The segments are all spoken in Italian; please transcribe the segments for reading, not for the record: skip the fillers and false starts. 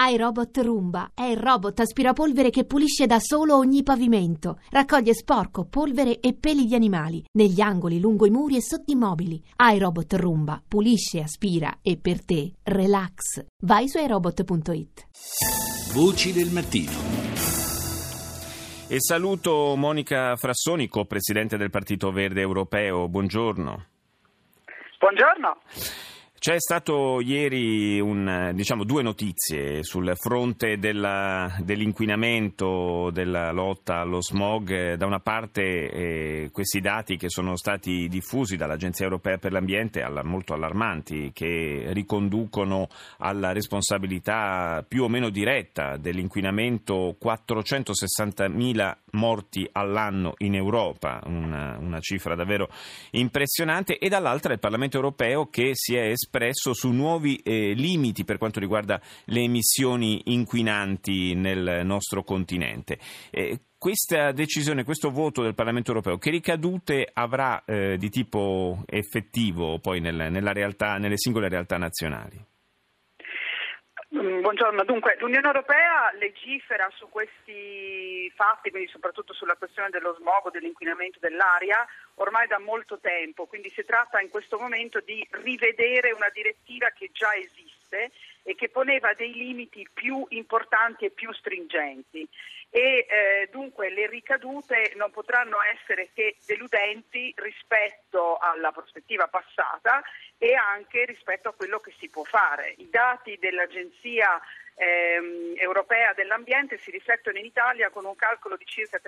iRobot Roomba è il robot aspirapolvere che pulisce da solo ogni pavimento. Raccoglie sporco, polvere e peli di animali negli angoli, lungo i muri e sotto i mobili. iRobot Roomba pulisce, aspira e per te relax. Vai su iRobot.it. Voci del mattino. E saluto Monica Frassoni, co-presidente del Partito Verde Europeo. Buongiorno. Buongiorno. C'è stato ieri due notizie sul fronte dell'inquinamento, della lotta allo smog. Da una parte questi dati che sono stati diffusi dall'Agenzia Europea per l'Ambiente, molto allarmanti, che riconducono alla responsabilità più o meno diretta dell'inquinamento 460.000 morti all'anno in Europa, una cifra davvero impressionante, e dall'altra il Parlamento Europeo che si è espresso su nuovi limiti per quanto riguarda le emissioni inquinanti nel nostro continente. Questa decisione, questo voto del Parlamento Europeo, che ricadute avrà di tipo effettivo poi nella realtà, nelle singole realtà nazionali? Buongiorno, dunque l'Unione Europea legifera su questi fatti, quindi soprattutto sulla questione dello smog, dell'inquinamento dell'aria, ormai da molto tempo, quindi si tratta in questo momento di rivedere una direttiva che già esiste e che poneva dei limiti più importanti e più stringenti. E dunque le ricadute non potranno essere che deludenti rispetto alla prospettiva passata e anche rispetto a quello che si può fare. I dati dell'Agenzia europea dell'ambiente si riflettono in Italia con un calcolo di circa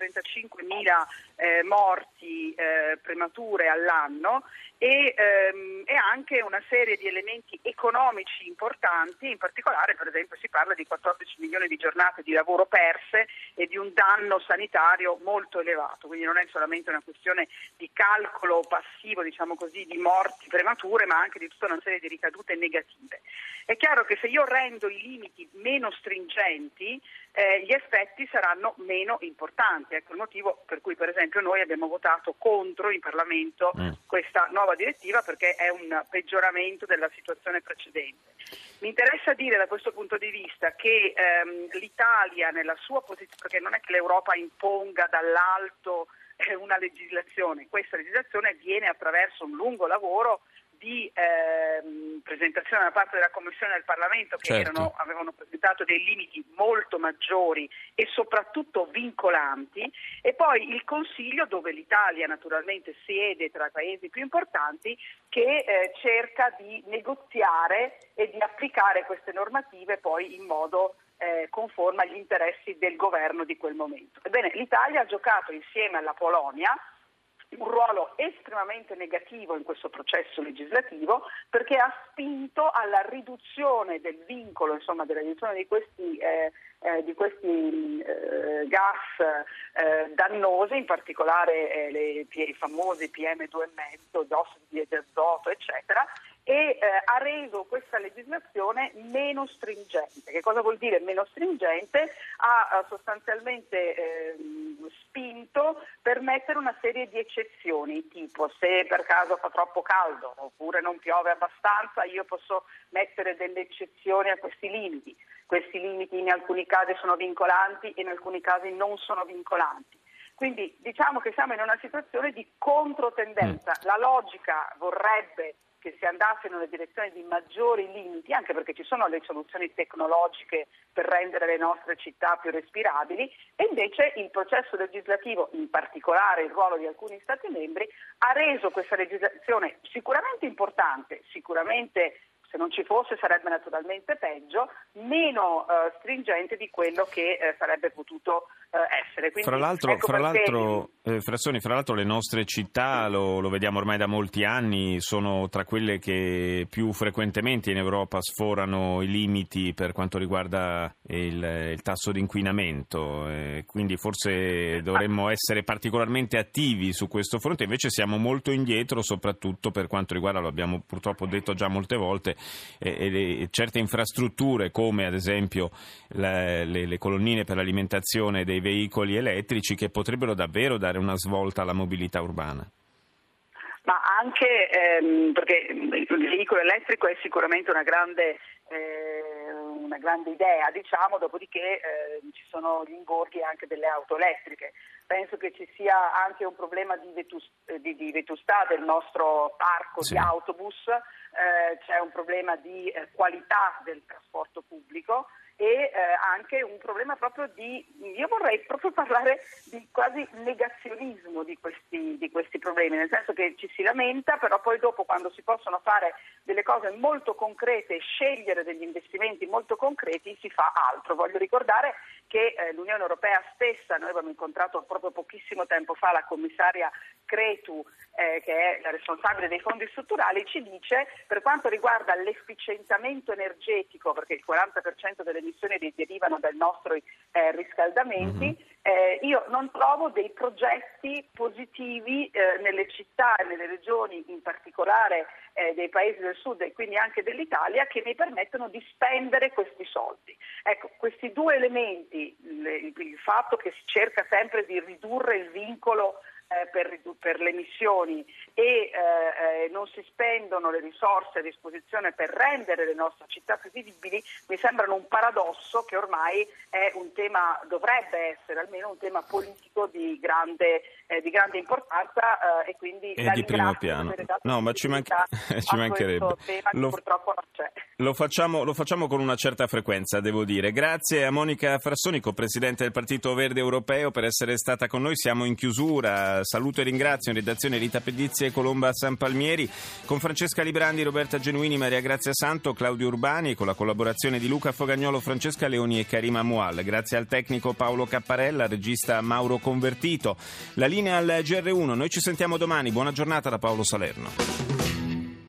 35.000 morti premature all'anno e anche una serie di elementi economici importanti, in particolare per esempio si parla di 14 milioni di giornate di lavoro perse e di un danno sanitario molto elevato, quindi non è solamente una questione di calcolo passivo, diciamo così, di morti premature, ma anche di tutta una serie di ricadute negative. È chiaro che se io rendo i limiti meno stringenti, gli effetti saranno meno importanti. Ecco il motivo per cui per esempio noi abbiamo votato contro in Parlamento questa nuova direttiva, perché è un peggioramento della situazione precedente. Mi interessa dire da questo punto di vista che l'Italia nella sua posizione, perché non è che l'Europa imponga dall'alto una legislazione, questa legislazione viene attraverso un lungo lavoro di presentazione da parte della Commissione del Parlamento che avevano presentato dei limiti molto maggiori e soprattutto vincolanti, e poi il Consiglio, dove l'Italia naturalmente siede tra i paesi più importanti, che cerca di negoziare e di applicare queste normative poi in modo conforme agli interessi del governo di quel momento. Ebbene, l'Italia ha giocato insieme alla Polonia un ruolo estremamente negativo in questo processo legislativo, perché ha spinto alla riduzione del vincolo, insomma della riduzione di questi gas dannosi, in particolare i famosi PM2,5, ossidi di azoto, eccetera, e ha reso questa legislazione meno stringente. Che cosa vuol dire meno stringente? Ha sostanzialmente spinto per mettere una serie di eccezioni, tipo se per caso fa troppo caldo oppure non piove abbastanza, io posso mettere delle eccezioni a questi limiti. Questi limiti in alcuni casi sono vincolanti e in alcuni casi non sono vincolanti. Quindi diciamo che siamo in una situazione di controtendenza. La logica vorrebbe che si andasse in una direzione di maggiori limiti, anche perché ci sono le soluzioni tecnologiche per rendere le nostre città più respirabili, e invece il processo legislativo, in particolare il ruolo di alcuni Stati membri, ha reso questa legislazione sicuramente importante, sicuramente se non ci fosse sarebbe naturalmente peggio, meno stringente di quello che sarebbe potuto essere. Quindi, Frassoni, fra l'altro le nostre città, lo vediamo ormai da molti anni, sono tra quelle che più frequentemente in Europa sforano i limiti per quanto riguarda il tasso di inquinamento, quindi forse dovremmo essere particolarmente attivi su questo fronte, invece siamo molto indietro soprattutto per quanto riguarda, lo abbiamo purtroppo detto già molte volte, certe infrastrutture come ad esempio le colonnine per l'alimentazione dei veicoli elettrici, che potrebbero davvero dare una svolta alla mobilità urbana. Ma anche perché il veicolo elettrico è sicuramente una grande una grande idea, diciamo, dopodiché ci sono gli ingorghi anche delle auto elettriche. Penso che ci sia anche un problema di vetustà del nostro parco di autobus, c'è un problema di qualità del trasporto pubblico e anche un problema proprio io vorrei proprio parlare di quasi negazionismo di questi problemi, nel senso che ci si lamenta, però poi dopo, quando si possono fare delle cose molto concrete e scegliere degli investimenti molto concreti, si fa altro. Voglio ricordare che l'Unione Europea stessa, noi abbiamo incontrato proprio pochissimo tempo fa la commissaria Crețu, che è la responsabile dei fondi strutturali, ci dice, per quanto riguarda l'efficientamento energetico, perché il 40% delle emissioni derivano dai nostri riscaldamenti, io non trovo dei progetti positivi nelle città e nelle regioni, in particolare dei paesi del sud e quindi anche dell'Italia, che mi permettono di spendere questi soldi. Ecco, questi due elementi, il fatto che si cerca sempre di ridurre il vincolo per le emissioni e non si spendono le risorse a disposizione per rendere le nostre città più vivibili, mi sembrano un paradosso che ormai è un tema, dovrebbe essere almeno un tema politico di grande importanza e quindi di primo piano. No, ma ci mancherebbe. Tema che purtroppo non c'è. Lo facciamo con una certa frequenza, devo dire. Grazie a Monica Frassoni, co-presidente del Partito Verde Europeo, per essere stata con noi. Siamo in chiusura. Saluto e ringrazio in redazione Rita Pedizzi e Colomba Sanpalmieri, con Francesca Librandi, Roberta Genuini, Maria Grazia Santo, Claudio Urbani, con la collaborazione di Luca Fogagnolo, Francesca Leoni e Karima Mual. Grazie al tecnico Paolo Capparella, al regista Mauro Convertito. La linea al GR1. Noi ci sentiamo domani. Buona giornata da Paolo Salerno.